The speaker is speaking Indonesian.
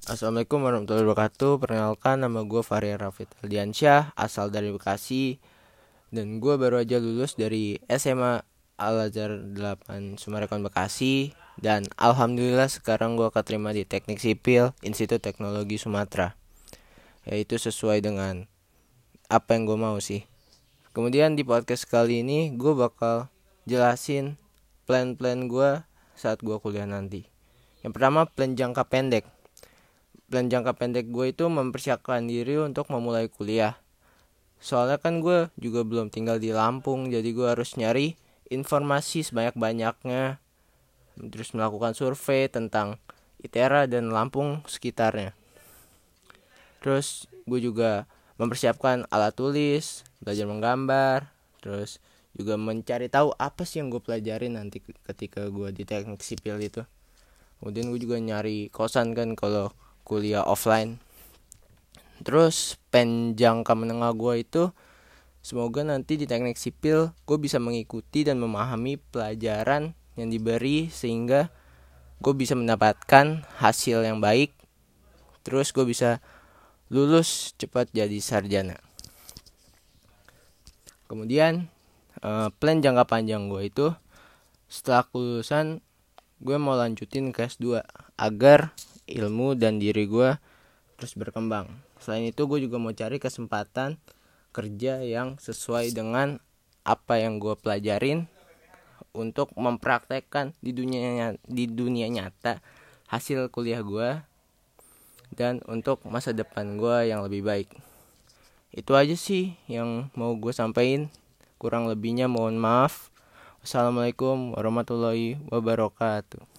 Assalamualaikum warahmatullahi wabarakatuh. Perkenalkan, nama gue Fahri Rafid Aldiansyah, asal dari Bekasi. Dan gue baru aja lulus dari SMA Al-Azhar 8 Sumarekon Bekasi. Dan alhamdulillah sekarang gue keterima di Teknik Sipil Institut Teknologi Sumatera. Yaitu sesuai dengan apa yang gue mau sih. Kemudian di podcast kali ini gue bakal jelasin plan-plan gue saat gue kuliah nanti. Yang pertama, plan jangka pendek. Plan jangka pendek gue itu mempersiapkan diri untuk memulai kuliah. Soalnya kan gue juga belum tinggal di Lampung, jadi gue harus nyari informasi sebanyak-banyaknya, terus melakukan survei tentang ITERA dan Lampung sekitarnya. Terus gue juga mempersiapkan alat tulis, belajar menggambar, terus juga mencari tahu apa sih yang gue pelajarin nanti ketika gue di teknik sipil itu. Kemudian gue juga nyari kosan kan kalau kuliah offline. Terus jangka menengah gue itu semoga nanti di teknik sipil gue bisa mengikuti dan memahami pelajaran yang diberi sehingga gue bisa mendapatkan hasil yang baik. Terus gue bisa lulus cepat jadi sarjana. Kemudian plan jangka panjang gue itu setelah kelulusan gue mau lanjutin ke S2 agar ilmu dan diri gue terus berkembang. Selain itu gue juga mau cari kesempatan kerja yang sesuai dengan apa yang gue pelajarin untuk mempraktekkan di dunia nyata hasil kuliah gue dan untuk masa depan gue yang lebih baik. Itu aja sih yang mau gue sampaikan. Kurang lebihnya mohon maaf. Wassalamualaikum warahmatullahi wabarakatuh.